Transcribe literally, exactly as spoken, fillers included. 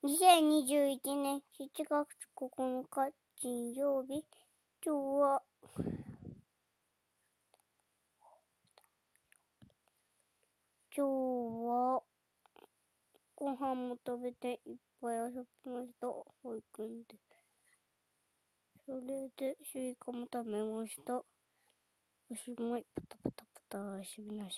にせんにじゅういちねんしちがつここのか金曜日。今日は今日はご飯も食べていっぱい遊びました。保育園で。それでスイカも食べました。おしまい。パタパタパタ。おやすみなさい。